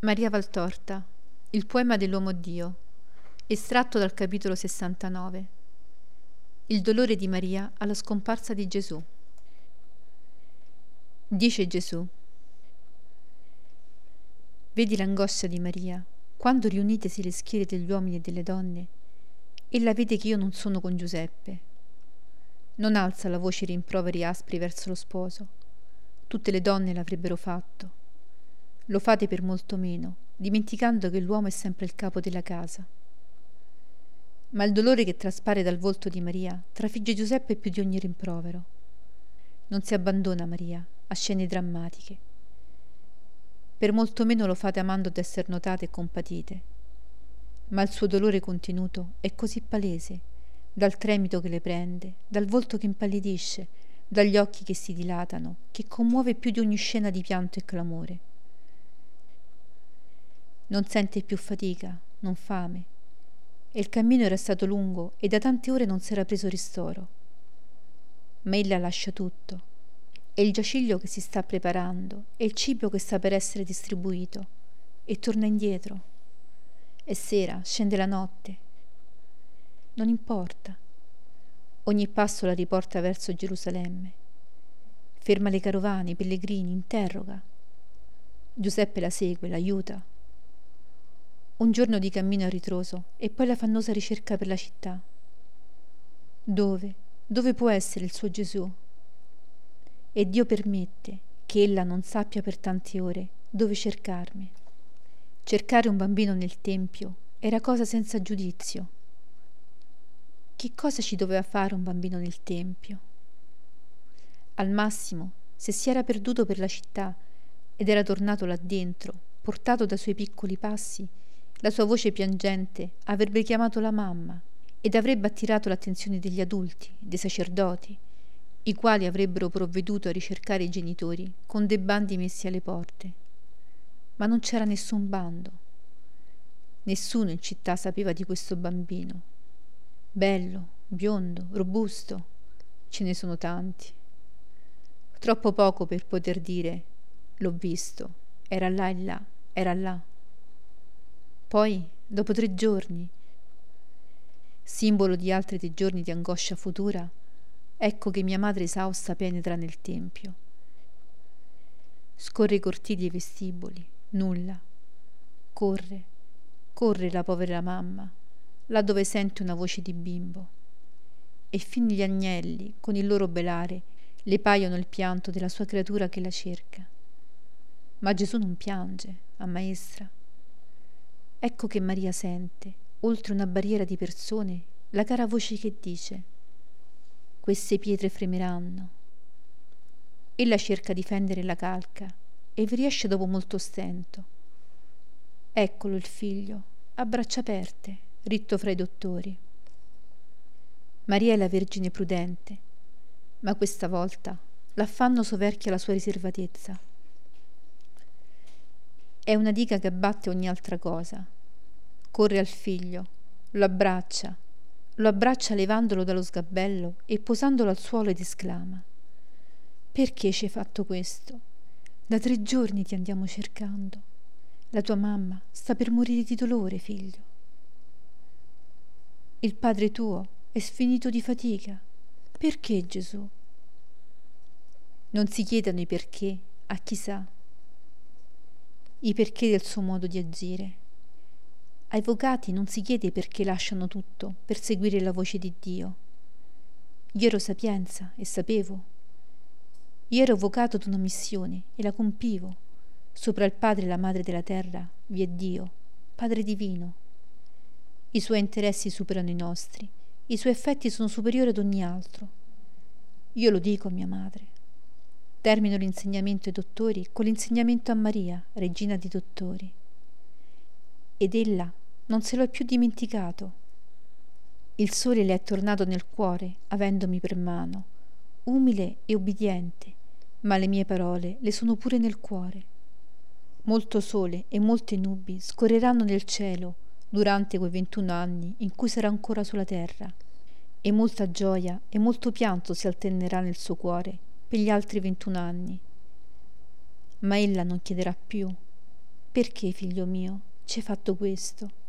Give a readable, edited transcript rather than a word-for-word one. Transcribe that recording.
Maria Valtorta, il poema dell'uomo Dio, estratto dal capitolo 69. Il dolore di Maria alla scomparsa di Gesù. Dice Gesù: vedi l'angoscia di Maria, quando riunitesi le schiere degli uomini e delle donne, ella vede che io non sono con Giuseppe. Non alza la voce rimproveri aspri verso lo sposo. Tutte le donne l'avrebbero fatto. Lo fate per molto meno, dimenticando che l'uomo è sempre il capo della casa. Ma il dolore che traspare dal volto di Maria trafigge Giuseppe più di ogni rimprovero. Non si abbandona Maria a scene drammatiche. Per molto meno lo fate amando d'esser notate e compatite. Ma il suo dolore contenuto è così palese, dal tremito che le prende, dal volto che impallidisce, dagli occhi che si dilatano, che commuove più di ogni scena di pianto e clamore. Non sente più fatica, non fame, e il cammino era stato lungo e da tante ore non s'era preso ristoro. Ma ella lascia tutto, e il giaciglio che si sta preparando, e il cibo che sta per essere distribuito, e torna indietro. È sera, scende la notte. Non importa. Ogni passo la riporta verso Gerusalemme. Ferma le carovane, i pellegrini, interroga. Giuseppe la segue, l'aiuta. Un giorno di cammino a ritroso e poi la fannosa ricerca per la città. Dove può essere il suo Gesù? E Dio permette che ella non sappia per tante ore dove cercarmi. Cercare un bambino nel tempio era cosa senza giudizio. Che cosa ci doveva fare un bambino nel tempio? Al massimo, se si era perduto per la città ed era tornato là dentro, portato dai suoi piccoli passi, la sua voce piangente avrebbe chiamato la mamma ed avrebbe attirato l'attenzione degli adulti, dei sacerdoti, i quali avrebbero provveduto a ricercare i genitori con dei bandi messi alle porte. Ma non c'era nessun bando. Nessuno in città sapeva di questo bambino. Bello, biondo, robusto, ce ne sono tanti. Troppo poco per poter dire: l'ho visto, era là e là, era là. Poi, dopo 3 giorni, simbolo di altri 3 giorni di angoscia futura, ecco che mia madre esausta penetra nel tempio. Scorre i cortili e i vestiboli, nulla. Corre la povera mamma, là dove sente una voce di bimbo. E fin gli agnelli, con il loro belare, le paiono il pianto della sua creatura che la cerca. Ma Gesù non piange, ammaestra. Ecco che Maria sente, oltre una barriera di persone, la cara voce che dice: queste pietre fremeranno. Ella cerca di fendere la calca e vi riesce dopo molto stento. Eccolo il figlio, a braccia aperte, ritto fra i dottori. Maria è la Vergine prudente, ma questa volta l'affanno soverchia la sua riservatezza. È una diga che abbatte ogni altra cosa. Corre al figlio, lo abbraccia levandolo dallo sgabello e posandolo al suolo ed esclama: perché ci hai fatto questo? Da 3 giorni ti andiamo cercando. La tua mamma sta per morire di dolore, figlio. Il padre tuo è sfinito di fatica. Perché, Gesù? Non si chiedano i perché a chi sa. I perché del suo modo di agire. Ai vocati non si chiede perché lasciano tutto per seguire la voce di Dio. Io ero sapienza e sapevo. Io ero vocato ad una missione e la compivo. Sopra il Padre e la Madre della terra vi è Dio, Padre divino. I suoi interessi superano i nostri, i suoi effetti sono superiori ad ogni altro. Io lo dico a mia madre. Termino l'insegnamento ai dottori con l'insegnamento a Maria, regina di dottori. Ed ella non se lo è più dimenticato. Il sole le è tornato nel cuore, avendomi per mano, umile e ubbidiente, ma le mie parole le sono pure nel cuore. Molto sole e molte nubi scorreranno nel cielo durante quei 21 anni in cui sarà ancora sulla terra, e molta gioia e molto pianto si alternerà nel suo cuore per gli altri 21 anni. Ma ella non chiederà più: Perché, figlio mio, ci hai fatto questo?